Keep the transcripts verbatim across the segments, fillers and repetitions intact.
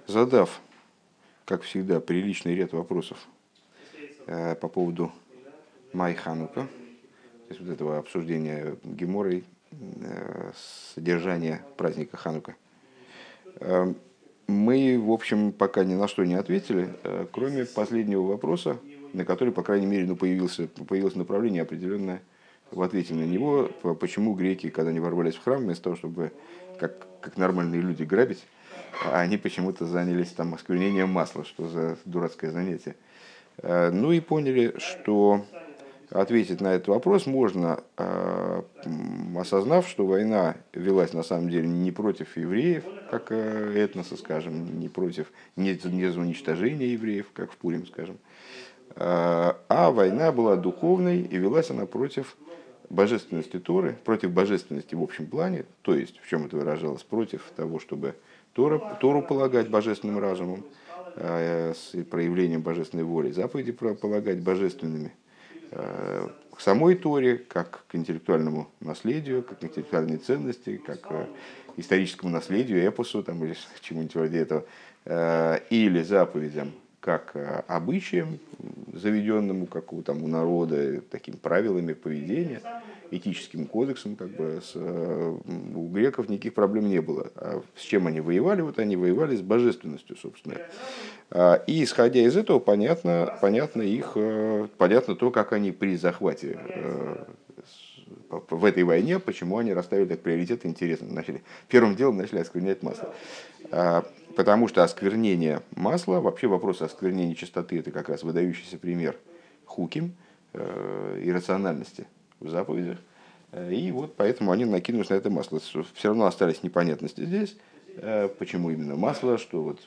Задав, как всегда, приличный ряд вопросов э, по поводу Май Ханука, то есть вот этого обсуждения Геморой, э, содержания праздника Ханука, э, мы, в общем, пока ни на что не ответили, э, кроме последнего вопроса, на который, по крайней мере, ну, появился, появилось направление определенное в ответе на него, почему греки, когда они ворвались в храм, вместо того, чтобы как, как нормальные люди грабить, а они почему-то занялись там осквернением масла, что за дурацкое занятие. Ну и поняли, что ответить на этот вопрос можно, осознав, что война велась на самом деле не против евреев, как этноса, скажем, не против, не за уничтожение евреев, как в Пурим, скажем, а война была духовной, и велась она против божественности Торы, против божественности в общем плане, то есть, в чем это выражалось, против того, чтобы Тору, Тору полагать божественным разумом, с проявлением божественной воли, заповеди полагать божественными, к самой Торе, как к интеллектуальному наследию, как к интеллектуальной ценности, как к историческому наследию, эпосу там, или чему-нибудь вроде этого, или заповедям, как обычаям, заведенному как у, там, у народа, такими правилами поведения, этическим кодексом, как бы с, у греков никаких проблем не было. А с чем они воевали? Вот они воевали с божественностью, собственно. И исходя из этого, понятно, понятно, их, понятно то, как они при захвате в этой войне, почему они расставили так приоритеты, интересно. Начали, первым делом начали осквернять масло. Потому что осквернение масла, вообще вопрос осквернения чистоты, это как раз выдающийся пример хуким, иррациональности в заповедях. И вот поэтому они накинулись на это масло. Все равно остались непонятности здесь, почему именно масло, что вот...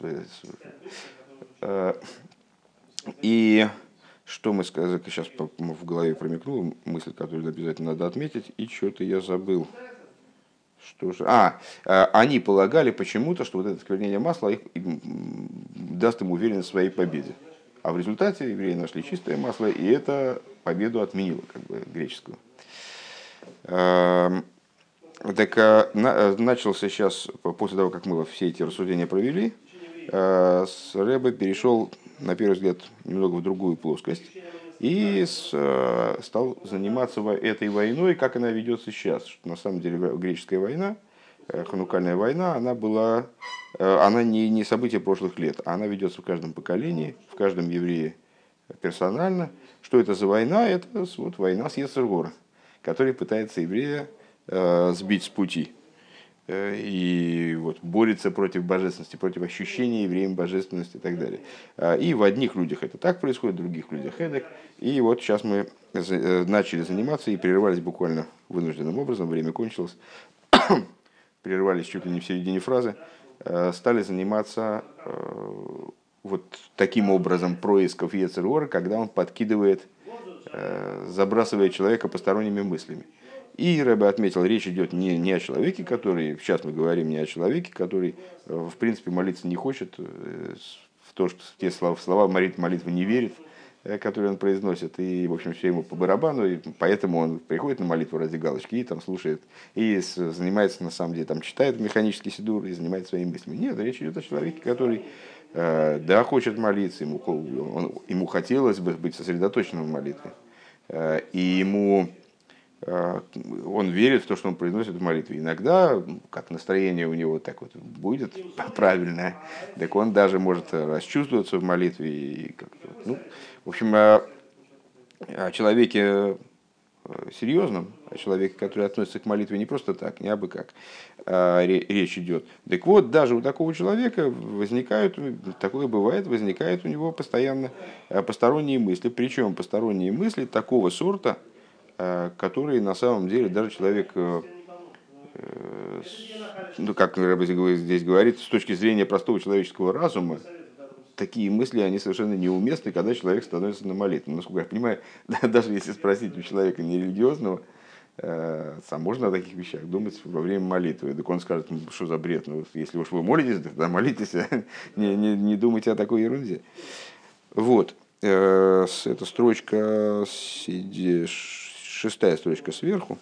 И что мы сказали, сейчас в голове промелькнула мысль, которую обязательно надо отметить, и что-то я забыл. Что же? А, они полагали почему-то, что вот это осквернение масла их, даст им уверенность в своей победе. А в результате евреи нашли чистое масло, и это победу отменило, как бы, греческую. Так начался сейчас, после того, как мы все эти рассуждения провели, Ребе перешел, на первый взгляд, немного в другую плоскость и стал заниматься этой войной, как она ведется сейчас. Что на самом деле греческая война, ханукальная война, она была, она не, не событие прошлых лет, она ведется в каждом поколении, в каждом еврее персонально. Что это за война? Это вот война с Йецер гара, который пытается еврея сбить с пути. И вот борется против божественности, против ощущения евреем божественности и так далее. И в одних людях это так происходит, в других людях эдак. И вот сейчас мы начали заниматься и прерывались буквально вынужденным образом, время кончилось, прервались чуть ли не в середине фразы, стали заниматься вот таким образом происков Йецер гара, когда он подкидывает, забрасывает человека посторонними мыслями. И Ребе отметил, речь идет не, не о человеке, который, сейчас мы говорим не о человеке, который, в принципе, молиться не хочет, в то, что в те слова, в слова молитвы не верит, которые он произносит, и, в общем, все ему по барабану, и поэтому он приходит на молитву ради галочки и там слушает, и занимается, на самом деле, там читает механический сидур и занимается своими мыслями. Нет, речь идет о человеке, который, да, хочет молиться, ему, он, ему хотелось бы быть сосредоточенным в молитве, и ему... он верит в то, что он произносит в молитве. Иногда, как настроение у него так вот будет правильное, так он даже может расчувствоваться в молитве. И как-то, ну, в общем, о человеке серьезном, о человеке, который относится к молитве не просто так, не абы как, речь идет. Так вот, даже у такого человека возникают, такое бывает, возникают у него постоянно посторонние мысли. Причем посторонние мысли такого сорта, которые на самом деле даже человек, ну, как здесь говорит, с точки зрения простого человеческого разума, такие мысли, они совершенно неуместны, когда человек становится на молитву. Насколько я понимаю, даже если спросить у человека нерелигиозного, сам можно о таких вещах думать во время молитвы. Так он скажет, ну, что за бред, ну, если уж вы молитесь, тогда молитесь, не, не, не думайте о такой ерунде. Вот. Эта строчка сидишь. Шестая строчка сверху.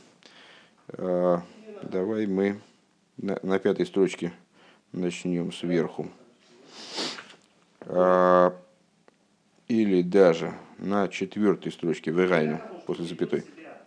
Давай мы на, на пятой строчке начнем сверху. А, или даже на четвертой строчке вегайну после запятой.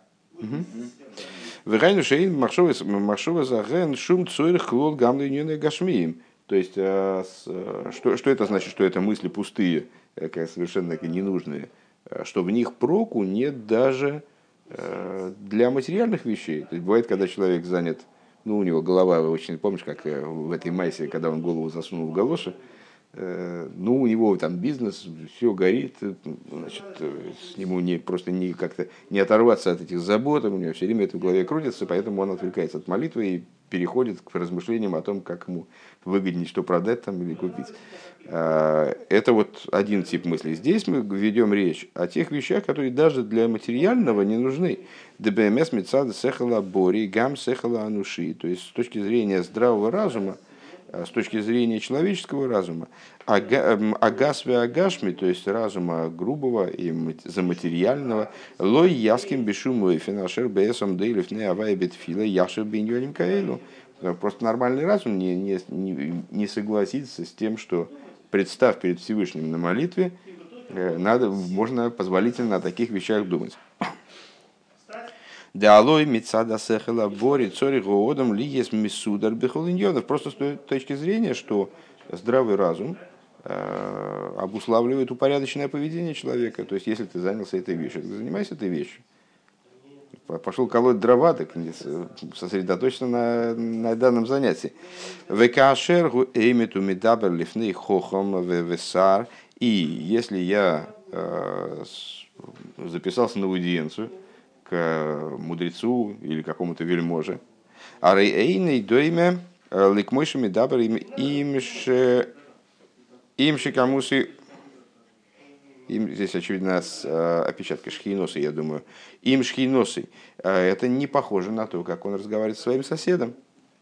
Вегайну шейн маршова заген шум цойрх клол гамлиньоне гашмиим. То есть, а, с, что, что это значит, что это мысли пустые, как совершенно ненужные, что в них проку нет даже э, для материальных вещей. То есть, бывает, когда человек занят, ну, у него голова, очень, помнишь, как в этой майсе, когда он голову засунул в галоши, ну, у него там бизнес, все горит, значит, с нему не, просто не, как-то не оторваться от этих забот, у него все время это в голове крутится, поэтому он отвлекается от молитвы и переходит к размышлениям о том, как ему выгоднее что продать там или купить. Это вот один тип мыслей. Здесь мы ведем речь о тех вещах, которые даже для материального не нужны. ДБМС мецада сехала бори, гам сехала ануши. То есть с точки зрения здравого разума, с точки зрения человеческого разума, агасве агашми, то есть разума грубого и заматериального, лой яским бешумой финашер бсом дейлев не авай бетфила яшер биньоним каэлу. Просто нормальный разум не, не, не, не согласится с тем, что, представь перед Всевышним на молитве, надо, можно позволительно о таких вещах думать. Диалой мецада сехела бори цори гоодом ли есть мисудар бехолиньонов. Просто с той точки зрения, что здравый разум э, обуславливает упорядоченное поведение человека. То есть, если ты занялся этой вещью, ты занимайся этой вещью. Пошел колоть дрова, так сосредоточься на, на данном занятии. Векашергу эймету медабер лифней хохом весар. И если я э, записался на аудиенцию к мудрецу или какому-то вельможе, а рейейный дойме ликмойшими дабр имше имше камусы. Им здесь, очевидно, с опечаткой шхиносы, я думаю. Им шхиносы. Это не похоже на то, как он разговаривает со своим соседом.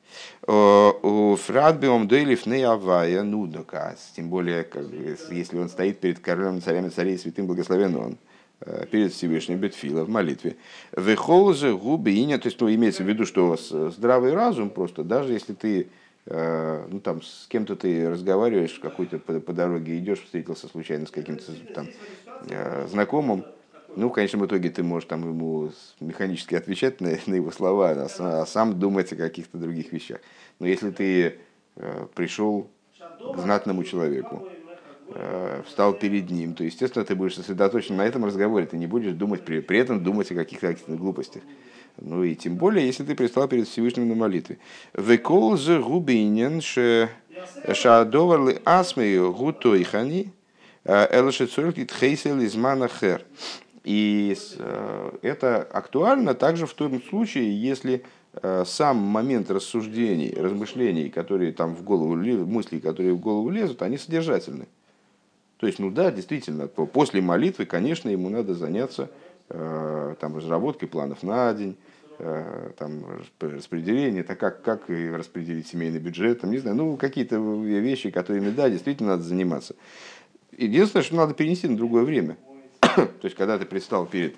У фрадбиом дейлиф не авая нудокас. Тем более, как, если он стоит перед королем, царями царей, святым благословен он, перед Всевышним Бетфила в молитве. Вехолзе губы иня. То есть, ну, имеется в виду, что здравый разум просто, даже если ты, ну, там, с кем-то ты разговариваешь, какой-то по, по дороге идешь, встретился случайно с каким-то там знакомым, ну, в конечном итоге ты можешь там ему механически отвечать на, на его слова, а, а сам думать о каких-то других вещах. Но если ты пришел к знатному человеку, встал перед ним, то, естественно, ты будешь сосредоточен на этом разговоре, ты не будешь думать, при, при этом думать о каких-то, каких-то глупостях. Ну и тем более, если ты пристал перед Всевышним на молитве. Векол зе губинен шаадоварли асмей гутойхани элшецоркит хейсел из манахер. И это актуально также в том случае, если сам момент рассуждений, размышлений, которые там в голову, мыслей, которые в голову лезут, они содержательны. То есть, ну да, действительно, после молитвы, конечно, ему надо заняться э, там, разработкой планов на день, э, там, распределение, так как, как распределить семейный бюджет, там, не знаю, ну, какие-то вещи, которыми, да, действительно надо заниматься. Единственное, что надо перенести на другое время. То есть, когда ты предстал перед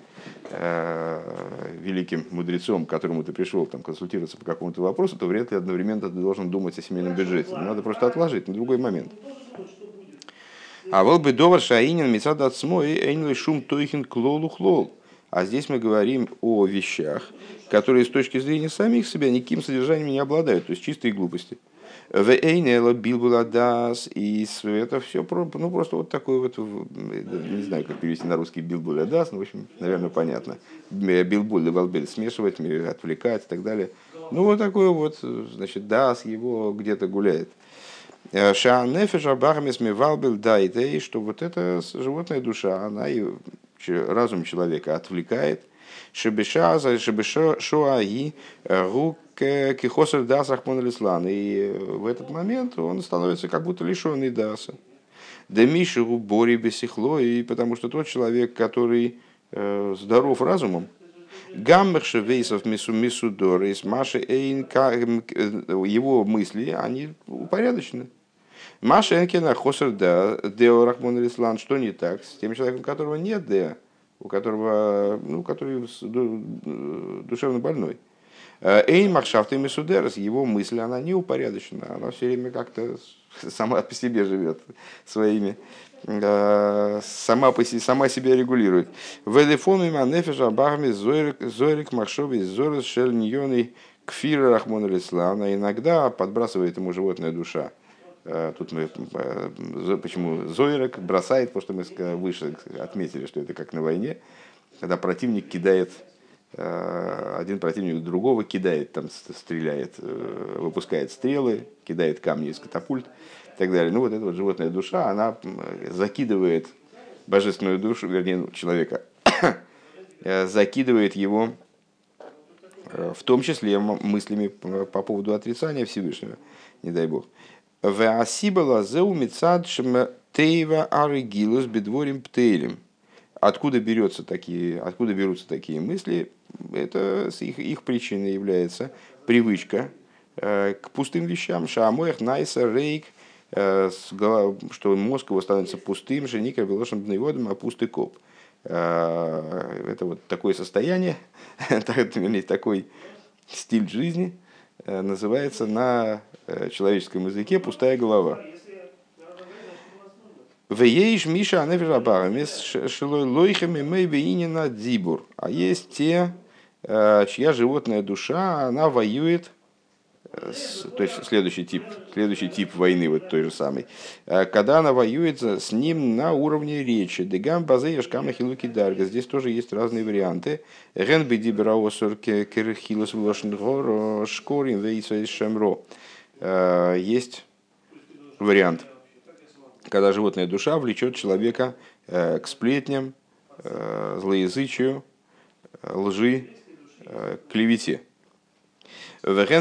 э, великим мудрецом, к которому ты пришел там, консультироваться по какому-то вопросу, то вряд ли одновременно ты должен думать о семейном бюджете. Надо просто отложить на другой момент. А вот бы довар шаинин мецад отсмой эйнлый шум тойхин клолу хлол. А здесь мы говорим о вещах, которые с точки зрения самих себя никаким содержанием не обладают, то есть чистые глупости. В эйнела билбуладас, и это все ну, просто вот такой вот, не знаю, как перевести на русский билбуладас, ну, в общем, наверное, понятно. Билбуль и балбель смешивать, отвлекать и так далее. Ну, вот такой вот, значит, дас его где-то гуляет. Шаанефеша бармес мивалбел дайте, что вот эта животная душа, она и разум человека отвлекает. Шебеша шебеша шоаи рук кихосер дасах монолислан, и в этот момент он становится как будто лишенный даса. Демиши бори бесихло, и потому что тот человек, который э, здоров разумом, гаммерши вейсов мису мисудор из маши эйн, его мысли, они упорядочены. Маша Энкина Хосер Део Рахмон Алислан, что не так с тем человеком, у которого нет Део, у которого, ну, который душевно больной. Эй, Махшафты Месудерас, его мысль, она не упорядочена, она все время как-то сама по себе живет своими, сама, по себе, сама себя регулирует. Велефоми манефежа багами зойрик махшови зорес шельньоны кфира рахмон алислана. Иногда подбрасывает ему животная душа. Тут мы почему зойрик бросает, потому что мы выше отметили, что это как на войне, когда противник кидает, один противник другого кидает, там стреляет, выпускает стрелы, кидает камни из катапульт и так далее. Ну вот эта вот животная душа, она закидывает божественную душу, вернее, человека, закидывает его, в том числе мыслями по поводу отрицания Всевышнего, не дай бог. Откуда берется такие, откуда берутся такие мысли? Это их, их причиной является привычка э, к пустым вещам. Шаамоях, найса, рейк, э, что мозг его становится пустым, женика, велошем бневодом, а пустый коп. Э, это вот такое состояние, такой стиль жизни э, называется на человеческом языке пустая голова. Вееш Миша Анефирабарамис шилой лойхами мэйбеинина дибур. А есть те, чья животная душа, она воюет, с, то есть следующий тип, следующий тип войны, вот той же самой, когда она воюет с ним на уровне речи. Дегам базееш камахилуки дарга. Здесь тоже есть разные варианты. Рен бедибраосор керхилос влошнгор шкорин вейсо шемро. Есть вариант, когда животная душа влечет человека к сплетням, злоязычию, лжи, клевете. Либо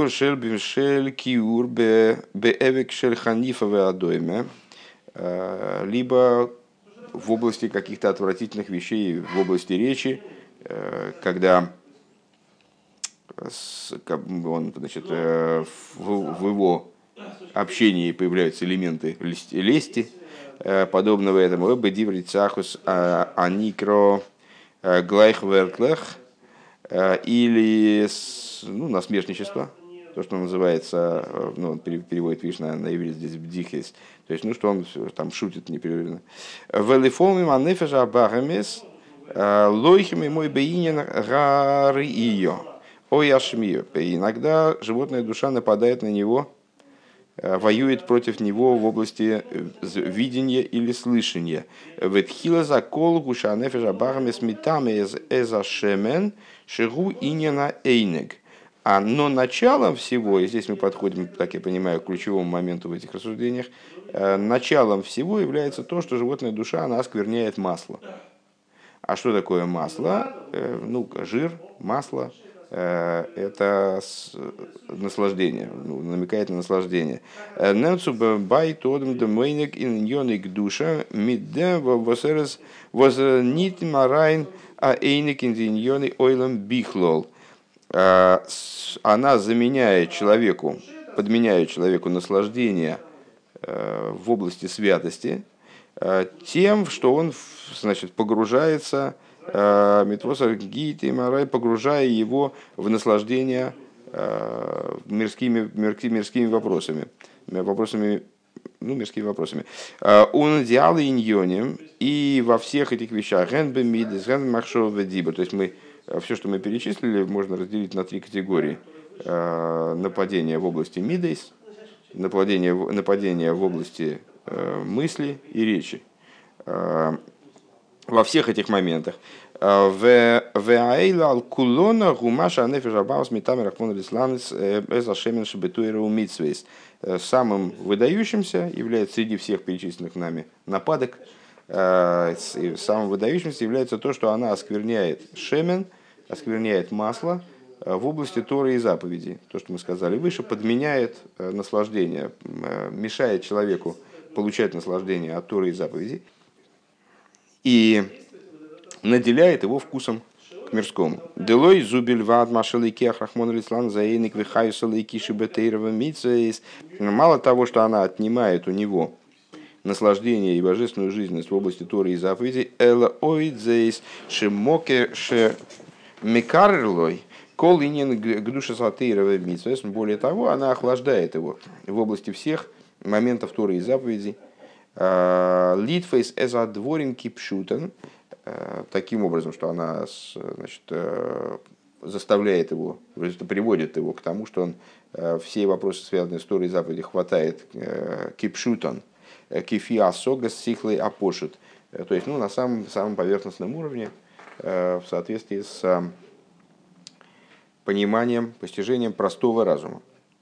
в области каких-то отвратительных вещей, в области речи, когда он, значит, в, в его общении появляются элементы лести, подобного этому. Аникро глайхверклех или ну, насмешничество, то, что называется, ну, он переводит, видишь, на, на иврит здесь бдихис, то есть, ну, что он там шутит непрерывно. Велифомим анефежа багамес лойхими мой бейнин гары ее. Ой, ашмию. Иногда животная душа нападает на него, воюет против него в области видения или слышания. Ветхила за кол гушанефежа багамес митаме эза шемен шигу инина эйнег. А, но началом всего, и здесь мы подходим, так я понимаю, к ключевому моменту в этих рассуждениях, началом всего является то, что животная душа, она оскверняет масло. А что такое масло? Ну, жир, масло. Это наслаждение, ну, намекает на наслаждение. Немцу бай тодом демейник иньоник душа миддем восерес вознит марайн а эйник иньоник ойлем бихлол. Она заменяет человеку, подменяет человеку наслаждение в области святости тем, что он, значит, погружается погружая его в наслаждение мирскими, мирскими вопросами, вопросами, ну, мирскими вопросами. Он идеал иньоним, и во всех этих вещах, то есть мы, все, что мы перечислили, можно разделить на три категории. Нападение в области мидейс, нападение, нападение в области мысли и речи. Во всех этих моментах. Самым выдающимся является среди всех перечисленных нами нападок, самым выдающимся является то, что она оскверняет шемен, оскверняет масло в области Торы и заповедей. То, что мы сказали выше, подменяет наслаждение, мешает человеку получать наслаждение от Торы и заповедей и наделяет его вкусом к мирскому. Делой зубиль вад машалики ахрахмон лислан заэйник вихаюсалики шибетейрова митсэйс. Мало того, что она отнимает у него наслаждение и божественную жизненность в области Торы и заповедей, эла ойдзейс шимоке ше микарлой Кол инин к душе сатейрова митсвес. Более того, она охлаждает его в области всех моментов Торы и заповедей. Литфейс эзадворин кипшутен. Таким образом, что она, значит, заставляет его, приводит его к тому, что он все вопросы, связанные с Торой и заповедью, хватает кипшутон, кифиа согас сихлый апошит. То есть, ну, на самом, самом поверхностном уровне, в соответствии с пониманием, постижением простого разума.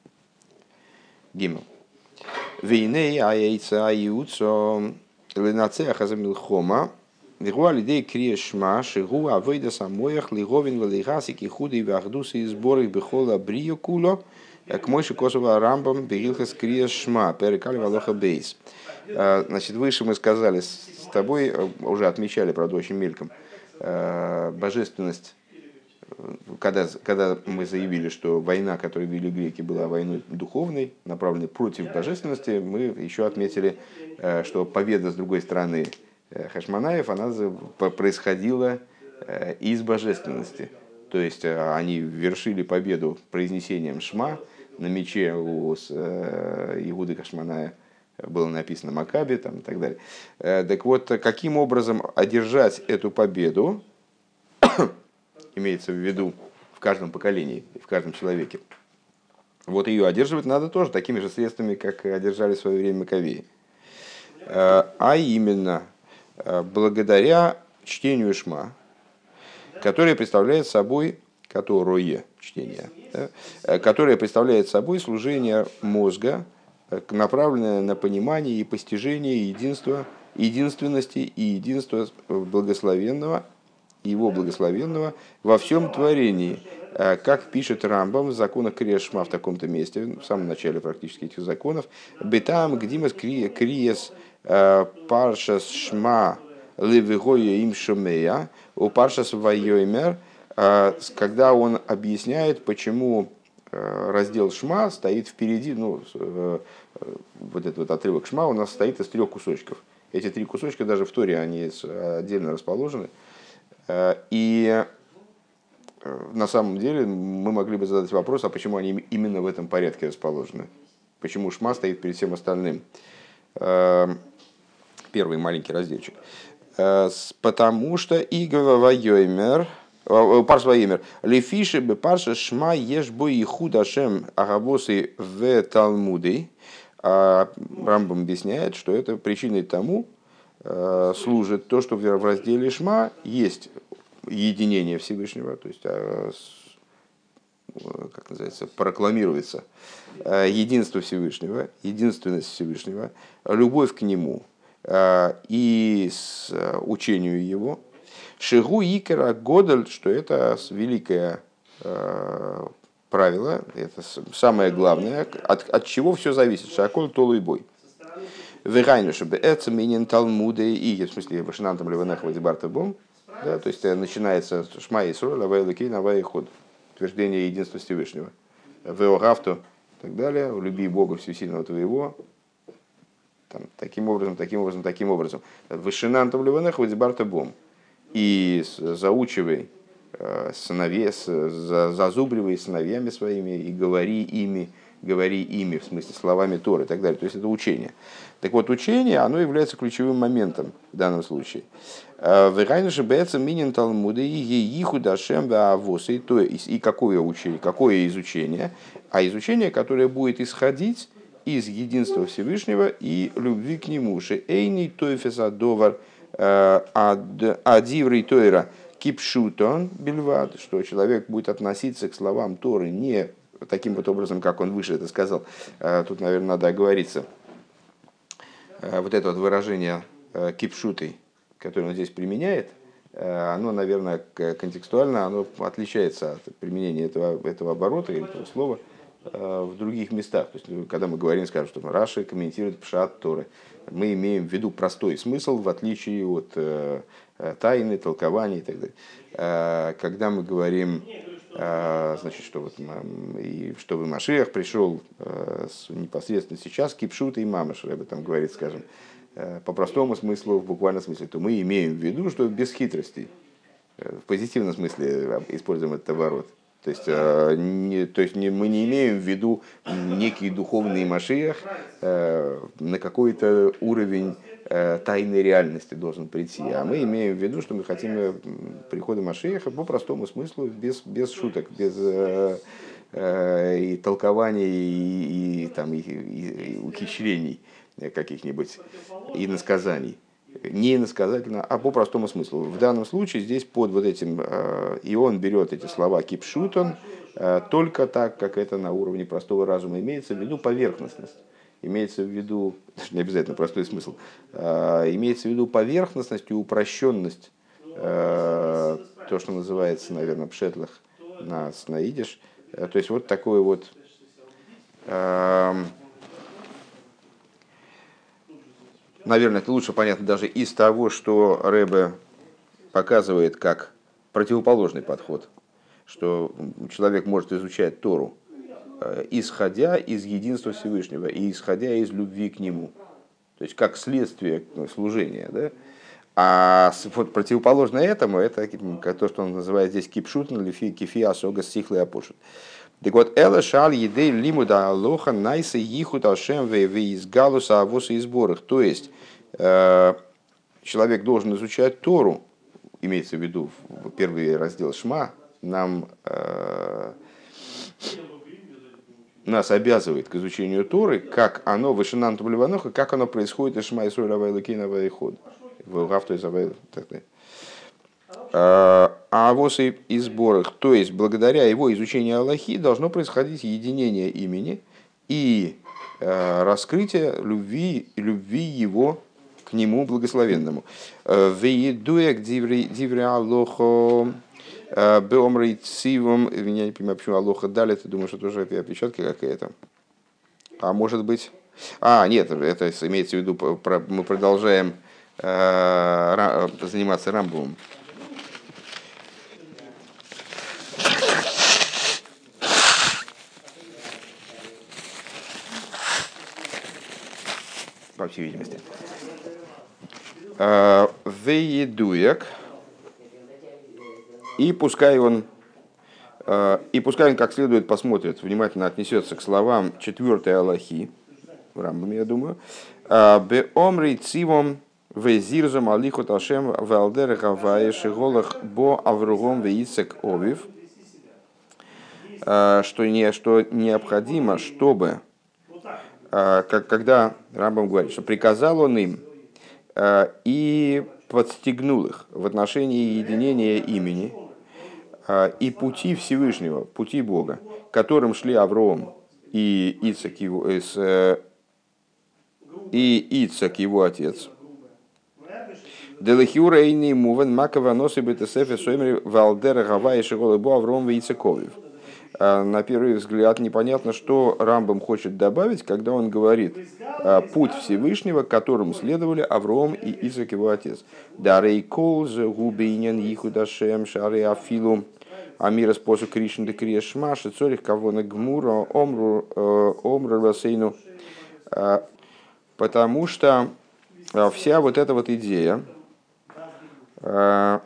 Гимл. Вейней аяйца аюцо ленацеах азамилхома вихуали дей криешма шигу авейда самоях лиговин велигасики худы вахдусы и сборы бихола брию куло к мойши косова рамбам бегилхас криешма перекали валоха бейс. Значит, выше мы сказали с тобой, уже отмечали, правда, очень мельком, божественность. Когда, когда мы заявили, что война, которую вели греки, была войной духовной, направленной против божественности, мы еще отметили, что победа, с другой стороны, Хашманаев, она происходила из божественности. То есть они вершили победу произнесением Шма. На мече у Иуды Хашманая было написано Макаби там, и так далее. Так вот, каким образом одержать эту победу, имеется в виду в каждом поколении, в каждом человеке. Вот ее одерживать надо тоже такими же средствами, как одержали в свое время Маковеи. А именно, благодаря чтению Шма, которое представляет собой, которое чтение, да, которое представляет собой служение мозга, направленное на понимание и постижение единства, единственности и единства благословенного, его благословенного во всем творении, как пишет Рамбам в законах Крия Шма в таком-то месте, в самом начале практически этих законов, «Бетам гдимас криес паршас шма левигоя им шумея, у паршас вайоймер», когда он объясняет, почему раздел Шма стоит впереди, ну, вот этот вот отрывок Шма у нас стоит из трех кусочков. Эти три кусочка даже в Торе, они отдельно расположены. И на самом деле мы могли бы задать вопрос, а почему они именно в этом порядке расположены? Почему Шма стоит перед всем остальным? Первый маленький разделчик. Потому что Игова Вайоймер, Парш Вайоймер, Лефиши бы Парша Шма еш бо и худашем агабосы в Талмуде. Рамбам объясняет, что это причиной тому служит то, что в разделе Шма есть единение Всевышнего, то есть, как называется, прокламируется единство Всевышнего, единственность Всевышнего, любовь к Нему и с учению Его. Шигу икера годель, что это великое правило, это самое главное, от, от чего все зависит. Шаколь толуй бой. Вегайну, чтобы это минин Талмуды и, в смысле, Вашинантом Ливанахова Дебарта Бом, да, то есть начинается Шма Исроль, Авай Лукейн, Авай Ход, утверждение единства Всевышнего. Веогавту и так далее, люби Бога Всесильного твоего, там, таким образом, таким образом, таким образом. Вашинантом Ливанахова Дебарта Бом. И заучивай сыновей, зазубривай сыновьями своими и говори ими, говори ими, в смысле словами Торы и так далее. То есть это учение. Так вот, учение, оно является ключевым моментом в данном случае. И какое учение, какое изучение? А изучение, которое будет исходить из единства Всевышнего и любви к Нему. Шеэйни тойфеса довар адиврей тойра кипшутон бельвад, что человек будет относиться к словам Торы не таким вот образом, как он выше это сказал. Тут, наверное, надо оговориться. Вот это вот выражение кипшутой, которое он здесь применяет, оно, наверное, контекстуально оно отличается от применения этого, этого оборота или этого слова в других местах. То есть, когда мы говорим, скажем, что Раши комментирует пшат Торы, мы имеем в виду простой смысл, в отличие от тайны, толкования и так далее. Когда мы говорим, значит, что, вот, и чтобы Машиах пришел непосредственно сейчас, кипшут и мамаш, об этом говорит, скажем, по простому смыслу, в буквальном смысле, то мы имеем в виду, что без хитростей, в позитивном смысле используем этот оборот. То есть, не, то есть не, мы не имеем в виду некий духовный машиах, на какой-то уровень тайной реальности должен прийти. А мы имеем в виду, что мы хотим прихода машиаха по простому смыслу, без, без шуток, без и толкований, и, и, там, и, и, и ухищрений каких-нибудь, и насказаний. Не иносказательно, а по простому смыслу. В данном случае здесь под вот этим, и он берет эти слова кипшутон только так, как это на уровне простого разума. Имеется в виду поверхностность, имеется в виду, не обязательно простой смысл, имеется в виду поверхностность и упрощенность, то, что называется, наверное, пшетлах на, на идиш. То есть вот такой вот... Наверное, это лучше понятно даже из того, что Ребе показывает как противоположный подход, что человек может изучать Тору, исходя из единства Всевышнего и исходя из любви к Нему, то есть как следствие служения. Да? А вот противоположно этому, это то, что он называет здесь кипшутн, лифи, кифи, асога, сихлы, апошут. Так вот, эла шал едей лимуда алоха найсы ихут ашем ве из галуса авоса и сборах. То есть, э, человек должен изучать Тору, имеется в виду первый раздел Шма, нам, э, нас обязывает к изучению Торы, как оно, вышинанту блеваноха, как оно происходит из Шма Исруэль авай лакейна авай ход. В гавто из авай так далее. А авосы и сборах, то есть благодаря его изучению Аллахи должно происходить единение имени и э, раскрытие любви, любви его к нему благословенному. Веедуек диври Аллохо беомрей цивом, я не понимаю, почему Аллоха дали, ты думаешь, что тоже опечатка какая-то. А может быть... А, нет, это имеется в виду, мы продолжаем э, заниматься Рамбовым. По всей видимости. Веедуек. И пускай он, и пускай он как следует посмотрит, внимательно отнесется к словам четвертой Аллахи, в Рамбаме, я думаю. Беомри цивом везирзом алихот ашем валдер гавае шиголах бо авругом веицек овив. Что, не, что необходимо, чтобы... Как, когда Рамбам говорит, что приказал он им э, и подстегнул их в отношении единения имени э, и пути Всевышнего, пути Бога, которым шли Авраам и Ицак его, э, и Ицак, его отец. Делахиура и мувен макава носы бетесефе соймери валдера гава и шиголы бо Авраам и Ицаковив. На первый взгляд непонятно, что Рамбам хочет добавить, когда он говорит «путь Всевышнего, которым следовали Авраам и Исаак его отец». «Дарей кол зе губейнян ихудашем шаре афилу амира способ кришн де криешма шецорих кавона гмура омру омру ласейну». Потому что вся вот эта вот идея, как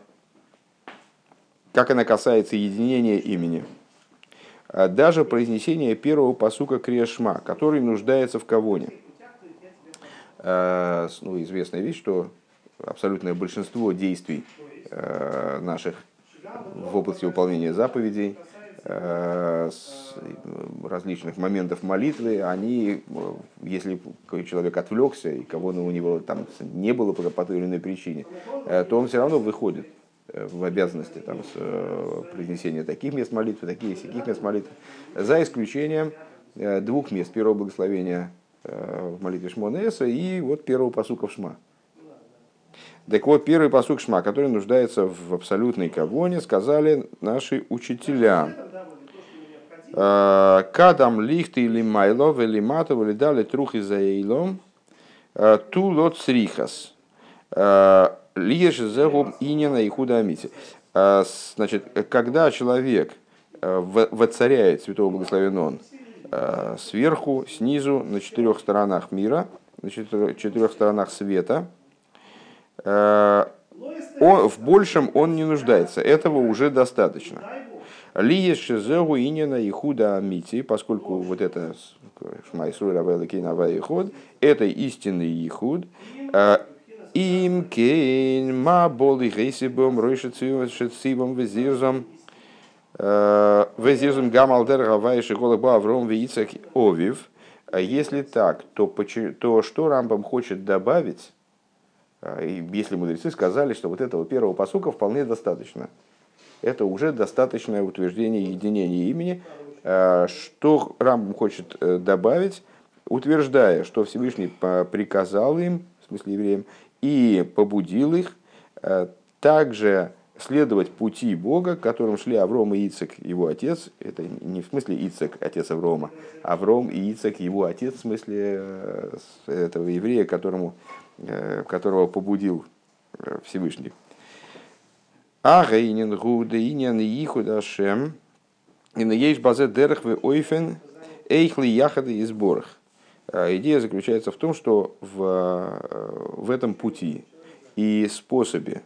она касается единения имени, даже произнесение первого пасука Крия-Шма, который нуждается в кавоне. Ну, известная вещь, что абсолютное большинство действий наших в области выполнения заповедей, различных моментов молитвы, они, если человек отвлекся и кавона у него там не было по той или иной причине, то он все равно выходит в обязанности там, с произнесения таких мест молитвы, таких и сяких мест молитвы, за исключением двух мест. Первого благословения в молитве Шмона Эса и вот первого пасука в Шма. Так вот, первый пасук Шма, который нуждается в абсолютной кавоне, сказали наши учителя. Кадам лихты или майлов, или матов, или дали трухи за эйлом, ту лот срихас. Лиеш зэгум инина и худамити. Значит, когда человек воцаряет святого благословенного он сверху, снизу, на четырех сторонах мира, на четырех сторонах света, он, в большем он не нуждается. Этого уже достаточно. Лиес шезеру инина и худа амити, поскольку вот это шмайсур равел кейнава ихуд, это истинный ихуд. Им кейн ма боли гейсибом ройшецибом везирзом везирзом гамалдер гавайши голыба авром вейцак овив. Если так, то, то что Рамбам хочет добавить, если мудрецы сказали, что вот этого первого пасука вполне достаточно. Это уже достаточное утверждение единения имени. Что Рамбам хочет добавить, утверждая, что Всевышний приказал им, в смысле евреям, и побудил их также следовать пути Бога, которым шли Авром и Ицек, его отец. Это не в смысле Ицек, отец Аврома. Авром и Ицек, его отец, в смысле этого еврея, которому, которого побудил Всевышний. Агейнин гудеинин ихуд Ашем и наешь базе дерх в ойфен эйхли яхады и сборах. Идея заключается в том, что в, в этом пути и способе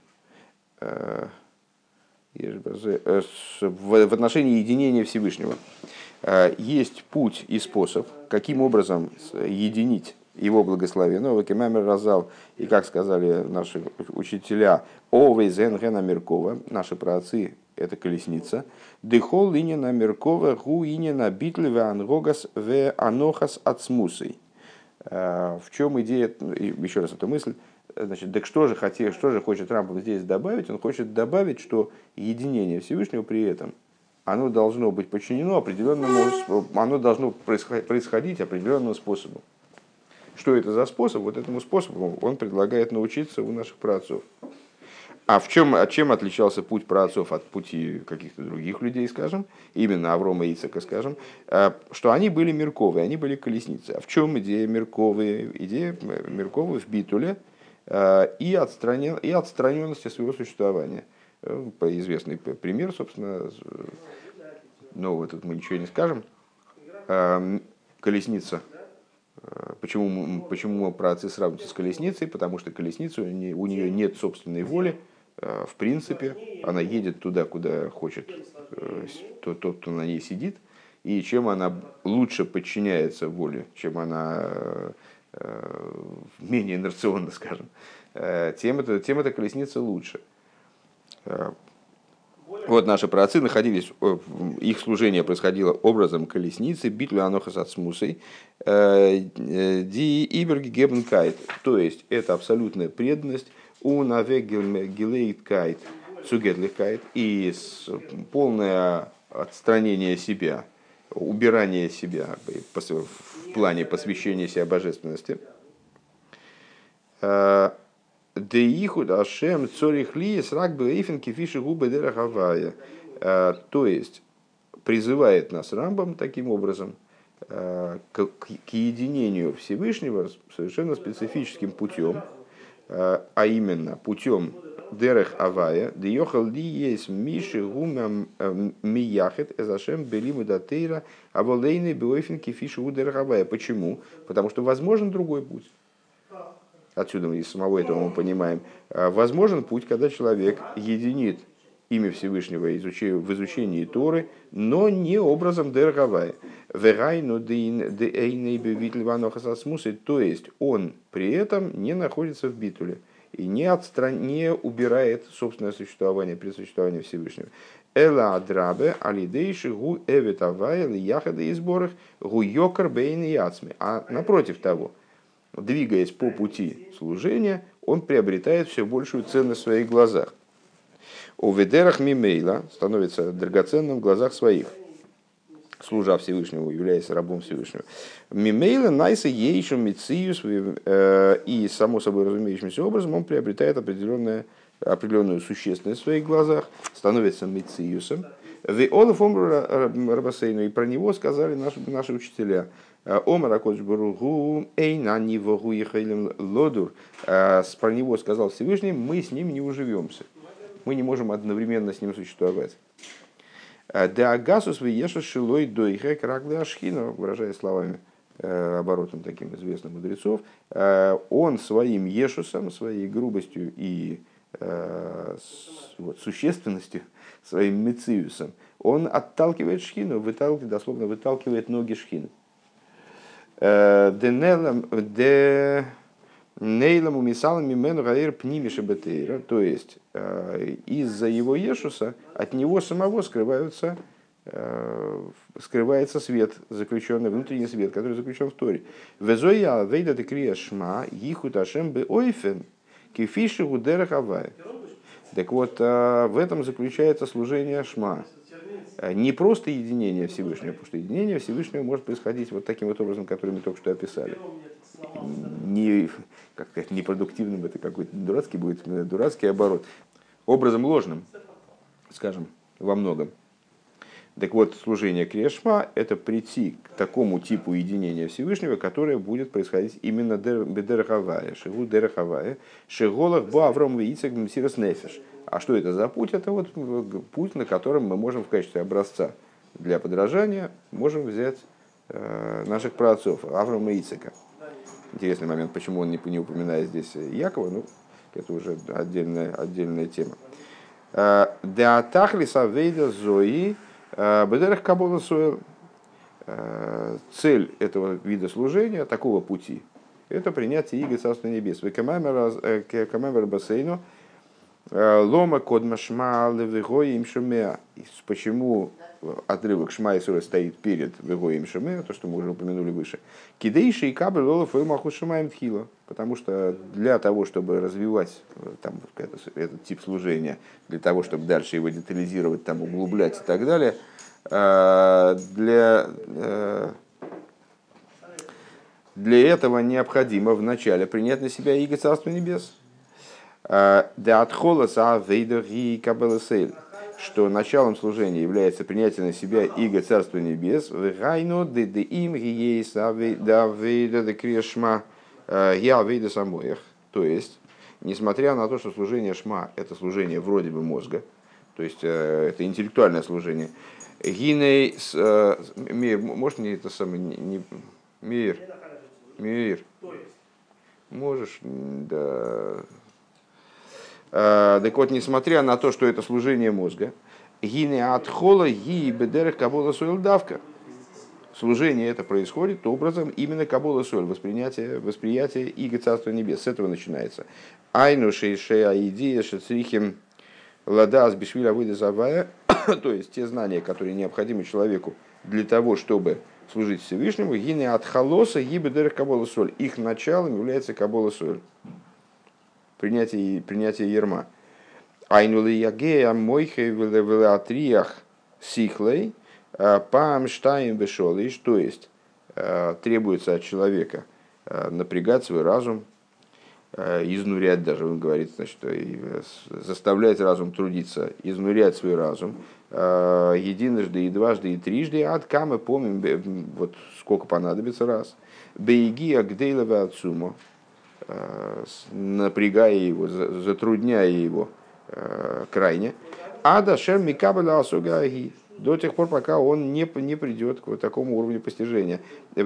в отношении единения Всевышнего есть путь и способ, каким образом единить его благословенного Кемамер Разал, и как сказали наши учителя, Овей Зенгена Меркова, наши праотцы, это колесница, Дехол Инина Меркова, Гу Инина Битлеве Ангогас Ве Анохас Ацмусой. В чем идея, еще раз эту мысль, значит, так что же, хотел, что же хочет Рамбам здесь добавить? Он хочет добавить, что единение Всевышнего при этом, оно должно быть подчинено определенному, оно должно происходить определенным способом. Что это за способ? Вот этому способу он предлагает научиться у наших праотцов. А в чем, чем отличался путь праотцов от пути каких-то других людей, скажем, именно Аврома и Ицека, скажем, что они были мерковые, они были колесницы. А в чем идея мерковые? Идея мерковые в битуле и, отстранен, и отстраненности своего существования. Известный пример, собственно, нового тут мы ничего не скажем. Колесница. Почему, почему праотцы сравниваются с колесницей? Потому что колесница, у нее нет собственной воли, в принципе, она едет туда, куда хочет тот, тот, кто на ней сидит, и чем она лучше подчиняется воле, чем она менее инерционна, скажем, тем, это, тем эта колесница лучше. Вот наши праотцы находились, их служение происходило образом колесницы, битлю анохас ацмусой, ди иберги гебенкайт, то есть это абсолютная преданность, у навек гилейткайт, цугедлихкайт, и полное отстранение себя, убирание себя в плане посвящения себя божественности. Деихуд Ашем цорих ли срак бейфен кифиши губы дерахавая. То есть призывает нас Рамбам таким образом к, к единению Всевышнего совершенно специфическим путем, а именно путем дерех авая, деохал ли есть миши гумам мияхет эзашем белиму датейра аволейны бейфен кифиши губы дерахавая. Почему? Потому что возможен другой путь. Отсюда мы из самого этого мы понимаем. Возможен путь, когда человек единит имя Всевышнего в изучении Торы, но не образом дергавая. То есть он при этом не находится в битуле и не, отстран... не убирает собственное существование при существовании Всевышнего. Эла адрабе алидейши гу эвитавая ли яхады и сборах гу йокар бейн яцми. А напротив того, двигаясь по пути служения, он приобретает все большую ценность в своих глазах. У ведерах мимейла становится драгоценным в глазах своих, служа Всевышнему, являясь рабом Всевышнего. Мимейла найса ейшем мициюс, и само собой разумеющимся образом он приобретает определенную, определенную существенность в своих глазах, становится мициюсом. И про него сказали наши, наши учителя. Омар акодж баругу эйна нивогу ехайлем лодур. Про него сказал Всевышний, мы с ним не уживемся. Мы не можем одновременно с ним существовать. Деагасус виеша шилой дойхе крагли ашхина, выражая словами, оборотом таким известным мудрецов, он своим ешусом, своей грубостью и вот, существенностью, своим мециусом, он отталкивает шхину, выталкивает, дословно выталкивает ноги шхины. Денелам, де нейлам умисалам мимену гаэр пнимиша бетейра, то есть из-за его ешуса от него самого скрываются, скрывается свет, заключенный, внутренний свет, который заключен в Торе. Везоя вейда декрия шма ихут ашем бе ойфен кефиши гудера хавай. Так вот, в этом заключается служение шма. Не просто единение Всевышнего, потому что единение Всевышнего может происходить вот таким вот образом, который мы только что описали. Не, как сказать, непродуктивным, это какой-то дурацкий будет, дурацкий оборот. Образом ложным, скажем, во многом. Так вот, служение Крия-Шма – это прийти к такому типу единения Всевышнего, которое будет происходить именно бедерахавая, шигу дерахавая, шиголах бу Авром виицек мсирос нефеш. А что это за путь? Это вот путь, на котором мы можем в качестве образца для подражания можем взять э, наших праотцов Аврома и Ицека. Интересный момент, почему он не, не упоминает здесь Якова, ну, это уже отдельная, отдельная тема. Деатахлиса вейда зои бедерах кабола соэл. Цель этого вида служения, такого пути, это принятие иго Царства Небес. Векамэмэр бассейну лома кодма шма левегой им шумеа. Почему отрывок шма Исроэль стоит перед вегой им шумеа, то, что мы уже упомянули выше. Кидейши и кабель лолов и маху шумаем тхила. Потому что для того, чтобы развивать там, этот, этот тип служения, для того, чтобы дальше его детализировать, там, углублять и так далее, для, для этого необходимо вначале принять на себя иго Царства Небес. Что началом служения является принятие на себя иго Царства Небес. То есть, несмотря на то, что служение Шма – это служение вроде бы мозга, то есть это интеллектуальное служение. Гиней, Мир, может мне это самое, не, Мир, Мир, можешь, да. Так вот, несмотря на то, что это служение мозга, гиней отхола ги бедерах кабола сойл давка. Служение это происходит образом именно кабола соль, восприятие, восприятие иго Царства Небес. С этого начинается. Айну шейшея идея шецрихим ладас бишвиля выдазавая, то есть те знания, которые необходимы человеку для того, чтобы служить Всевышнему, гины от холоса гибы дерх кабола соль. Их началом является кабола соль. Принятие, принятие ерма. Айну ли ягея мойхе велеатриях сихлей пам штаим бешолиш, то есть требуется от человека напрягать свой разум, изнурять даже, он говорит, значит, заставлять разум трудиться, изнурять свой разум единожды и дважды и трижды, от камы помним, вот сколько понадобится раз, бейги агдейлова отсумо, напрягая его, затрудняя его крайне, ада шем микабеля асугаги, до тех пор, пока он не, не придет к вот такому уровню постижения.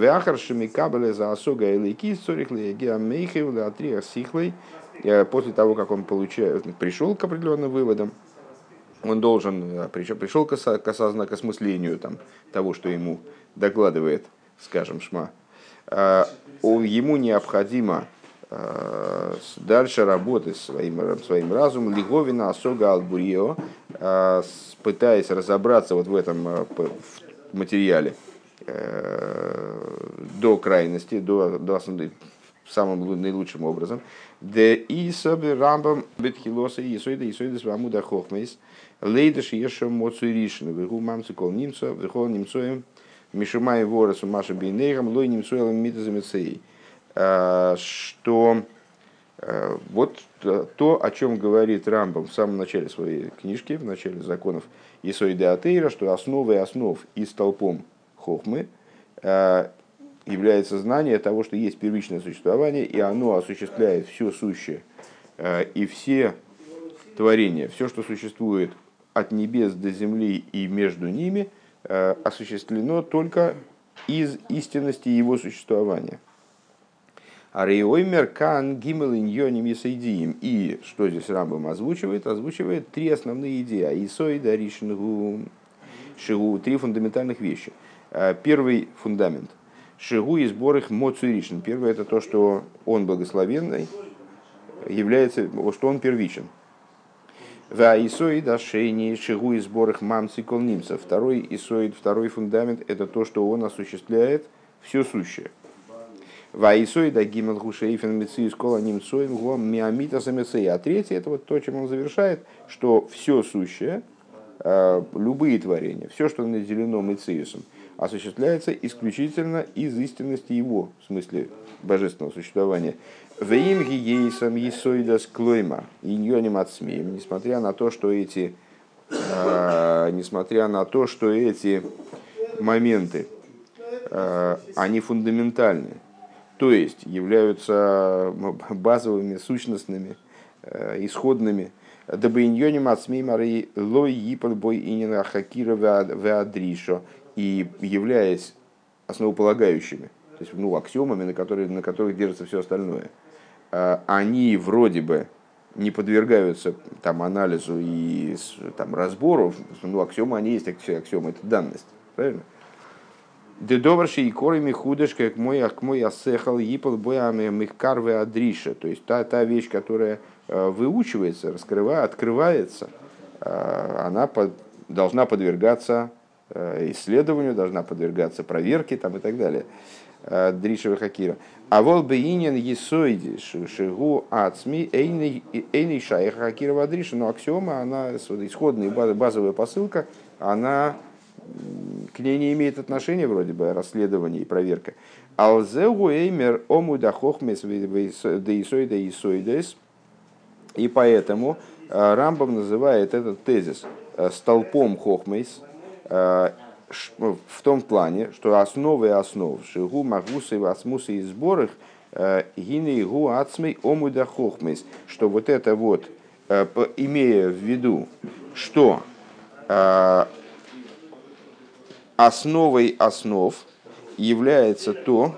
После того, как он получает, пришел к определенным выводам, он должен, пришел, пришел к, к, осозна, к осмыслению там, того, что ему докладывает, скажем, Шма. Ему необходимо дальше работать своим, своим разумом, лиговина асога албурио, пытаясь разобраться вот в этом в материале до крайности, до, до самым наилучшим образом. Де и собе рамбам бетхилоса и сойда и сойда с вамуда хохмейс лейдаш ешем моцуришн вегу мамцы кол немцо вехол немцоем мишумай воросу маша бейнейрам лой немцоем митазамецей. Что вот то, о чем говорит Рамбам в самом начале своей книжки, в начале законов Исоиде Атеира, что основой основ и столпом хохмы является знание того, что есть первичное существование, и оно осуществляет все сущее и все творения, все, что существует от небес до земли и между ними, осуществлено только из истинности его существования. Ариоймер кан гимел иньоним есейдиим. И что здесь Рамбам озвучивает? Озвучивает три основные идеи. Исоида ришнгу шигу. Три фундаментальных вещи. Первый фундамент. Шигу и сбор их моцуришн. Первое это то, что он благословенный, является, что он первичен. Исоид ашейни шигу и сбор их мамци колнимца. Второй исоид, второй фундамент это то, что он осуществляет все сущее. Ваисоида гимел гушейфен мецию скола немцоем гуам миамита самецея. А третье это вот то, чем он завершает, что все сущее, любые творения, все, что наделено мециусом, осуществляется исключительно из истинности его, в смысле божественного существования. Веим гиейсам есоида склойма иньоним ацмеем, несмотря на то, что эти, несмотря на то, что эти моменты, они фундаментальны, то есть являются базовыми, сущностными, исходными. Дабы иньоним ацмеем арей лой йипал бой инина хакира веадришо, и являясь основополагающими, то есть ну, аксиомами, на, которые, на которых держится все остальное, они вроде бы не подвергаются там, анализу и там, разбору, ну, аксиомы, они есть аксиомы, это данность, правильно? Дедоварши и корами худыш, как мой ах мой асехал ипал боями михкарве адриша, то есть та, та вещь, которая выучивается, раскрывается, открывается, она под, должна подвергаться исследованию, должна подвергаться проверке там, и так далее. Дришева хакира. А вол бейнин есоиди шигу ацми эйный шайх хакира дриша. Но аксиома, она исходная базовая посылка, она к ней не имеет отношения вроде бы расследование и проверка. Алзеу эймер омуда хохмес деисоида исоидес. И поэтому Рамбам называет этот тезис столпом хохмейс, в том плане, что основы основ шигу магусы и асмусы и сборах гины гу ацмей омуда хохмейс, что вот это вот, имея в виду, что основой основ является то,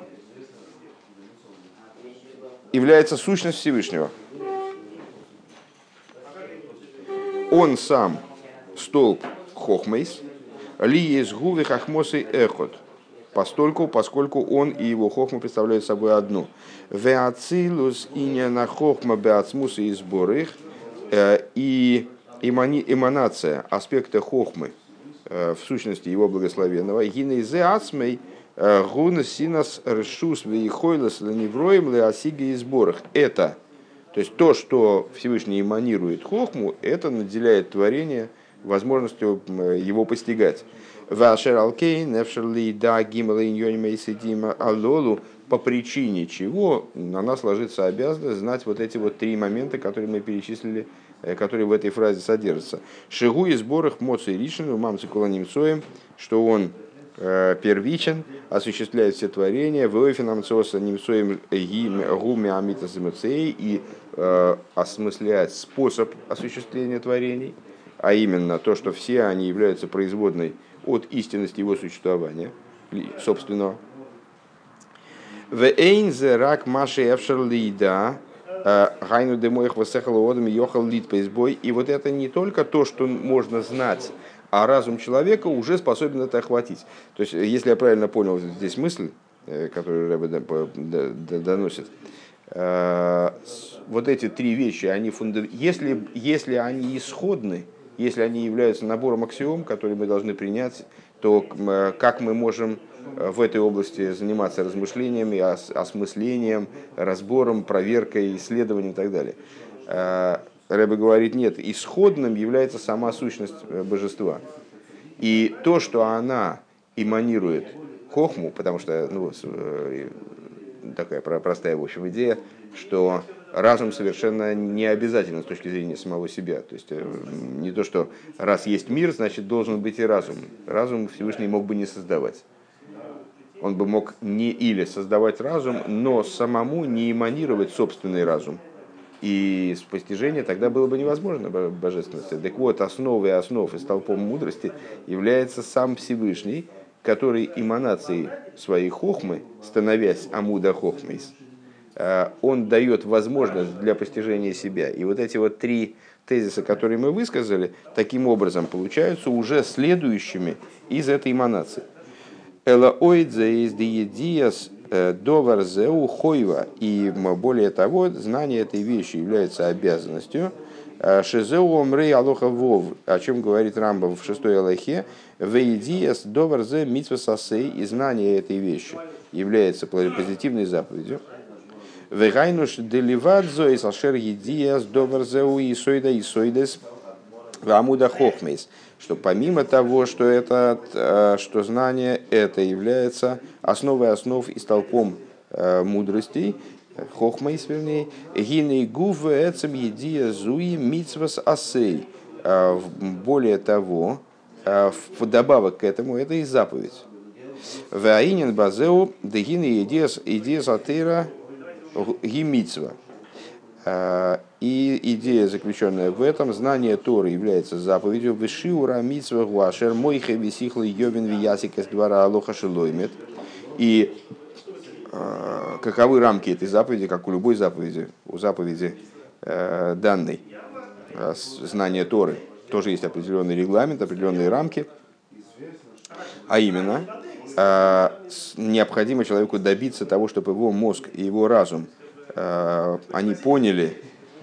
является сущность Всевышнего. Он сам столб хохмейс, ли есть гувы хахмосы эхот, постольку, поскольку он и его хохма представляют собой одну. Веацилус иньяна хохма беацмуса и сборых, и эманация аспекта хохмы в сущности его благословенного. Гинейзе ацмей гуна синас решус вейхойлас леневроем леосиги и сборах. Это, то есть то, что Всевышний эманирует хохму, это наделяет творение возможностью его постигать. Вашер алкейн, нефшерли да гимала иньонима и сидима алолу, по причине чего на нас ложится обязанность знать вот эти вот три момента, которые мы перечислили, которые в этой фразе содержатся. Шигу и сборах моци ришину мамцы куланимцоем, что он э, первичен, осуществляет все творения, вэофинамцоса немцоем гуми амитас и э, осмысляет способ осуществления творений, а именно то, что все они являются производной от истинности его существования, собственного. Вэйнзе рак маши эвшерлида гайну демоих васехал одами йохал лид пейсбой. И вот это не только то, что можно знать, а разум человека уже способен это охватить. То есть, если я правильно понял здесь мысль, которую Рэбе доносит, вот эти три вещи, они фунда... если, если они исходны, если они являются набором аксиом, которые мы должны принять, то как мы можем в этой области заниматься размышлениями, осмыслением, разбором, проверкой, исследованием и так далее. Рэбе говорит, нет, исходным является сама сущность божества. И то, что она эманирует хохму, потому что ну, такая простая в общем идея, что разум совершенно не обязательно с точки зрения самого себя. То есть не то, что раз есть мир, значит должен быть и разум. Разум Всевышний мог бы не создавать. Он бы мог не или создавать разум, но самому не эманировать собственный разум. И постижение тогда было бы невозможно божественности. Так вот, основой основ и столпом мудрости является сам Всевышний, который эманацией своей хохмы, становясь амуда хохмейс, он дает возможность для постижения себя. И вот эти вот три тезиса, которые мы высказали, таким образом получаются уже следующими из этой эманации. Элаоидзе из диедиас доварзеу хойва. И более того, знание этой вещи является обязанностью. Шизеу омрей алоха вов, о чем говорит Рамбам в шестой алахе, вейдиас доварзе митсва сасей, и знание этой вещи является позитивной заповедью. Вегайнуш деливадзо и салшер едиас доварзеу и сойда и сойдес вамуда хохмейс, что помимо того, что это, что знание это является основой основ и столпом мудростей, хохмейс, вернее, гиней гув эцем едия зуи митсвас асей. Более того, вдобавок к этому, это и заповедь. Ваинен базеу дегины идея сатира гимитсва. И идея, заключенная в этом, знание Торы является заповедью. Вишиура митсва гуашер мойхе висихлы йовен виясик из двора алоха шелоймет. И каковы рамки этой заповеди, как у любой заповеди, у заповеди э, данной, э, знания Торы, тоже есть определенный регламент, определенные рамки, а именно, э, необходимо человеку добиться того, чтобы его мозг и его разум, э, они поняли,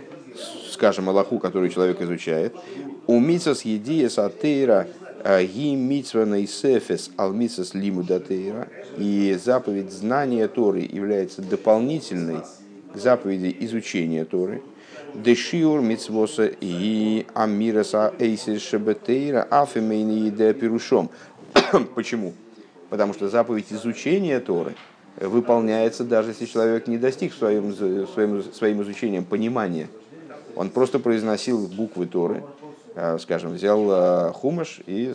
скажем, алаху, которую человек изучает, у митсас едиес атеира ги митсва нейсефес ал митсас лимуда тейра, и заповедь знания Торы является дополнительной к заповеди изучения Торы. Дешиур митсвоса и амираса эйсис шебетейра афемейни де пирушом. Почему? Потому что заповедь изучения Торы выполняется, даже если человек не достиг своим, своим, своим изучением понимания. Он просто произносил буквы Торы, скажем, взял хумаш и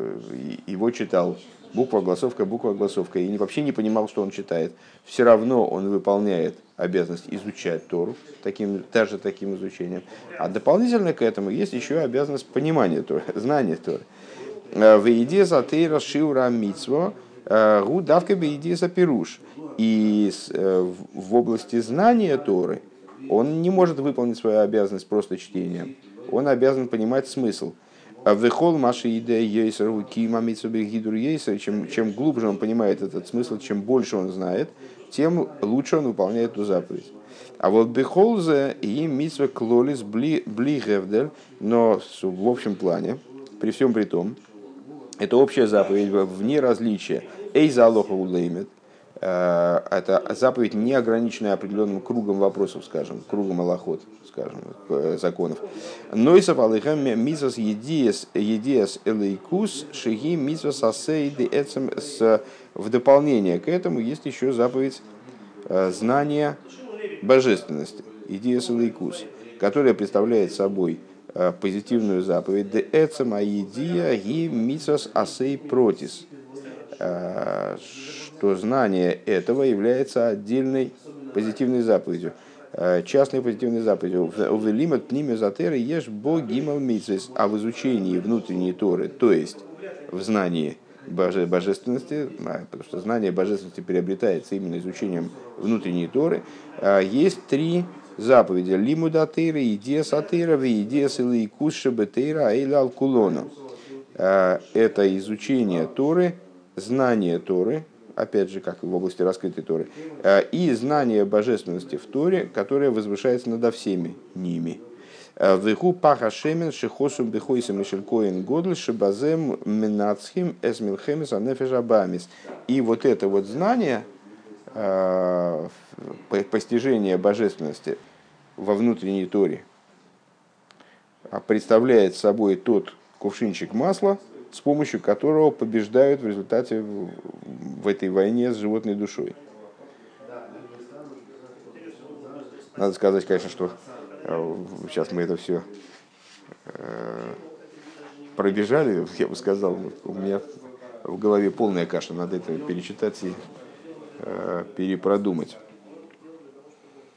его читал. Буква, огласовка, буква, огласовка. И вообще не понимал, что он читает. Все равно он выполняет обязанность изучать Тору, таким, даже таким изучением. А дополнительно к этому есть еще обязанность понимания Торы, знания Торы. «Веиде за тейра шиура митсво, гу давка беиде за пируш». И в области знания Торы он не может выполнить свою обязанность просто чтением. Он обязан понимать смысл. Вехол маши идея ейсер кима митсубе гидур ейсер. Чем чем глубже он понимает этот смысл, чем больше он знает, тем лучше он выполняет эту заповедь. А вот бехолзе и митсве клолис бли бли гевдель, но в общем плане, при всем при том, это общая заповедь вне различия. Эй за алоха улеймет. Это заповедь, не ограниченная определенным кругом вопросов, скажем, кругом алахот, скажем, законов. Нойсов алейхам митсвас едиес едиес элейкус шеги митсвас асейды эцем. В дополнение к этому есть еще заповедь знания божественности, едиес элейкус, которая представляет собой позитивную заповедь де эцем аидия ги митсвас асей протис, что знание этого является отдельной позитивной заповедью, частной позитивной заповедью. Увелимат пниме затеры ешь бо гимал митсвес, а в изучении внутренней Торы, то есть в знании боже, божественности, потому что знание божественности приобретается именно изучением внутренней Торы, есть три заповеди: лимуда тейра, идея сатейра, идея силайкус шебетейра эйлал кулона. Это изучение Торы, знание Торы, опять же, как в области раскрытой Торы, и знание божественности в Торе, которое возвышается над всеми ними. Веху паха шемен шехосум бехойсем мишелькоин годль шебазем минацхим эсмилхемис анефежабамис. И вот это вот знание, постижение божественности во внутренней Торе, представляет собой тот кувшинчик масла, с помощью которого побеждают в результате в этой войне с животной душой. Надо сказать, конечно, что сейчас мы это все пробежали, я бы сказал, у меня в голове полная каша, надо это перечитать и перепродумать.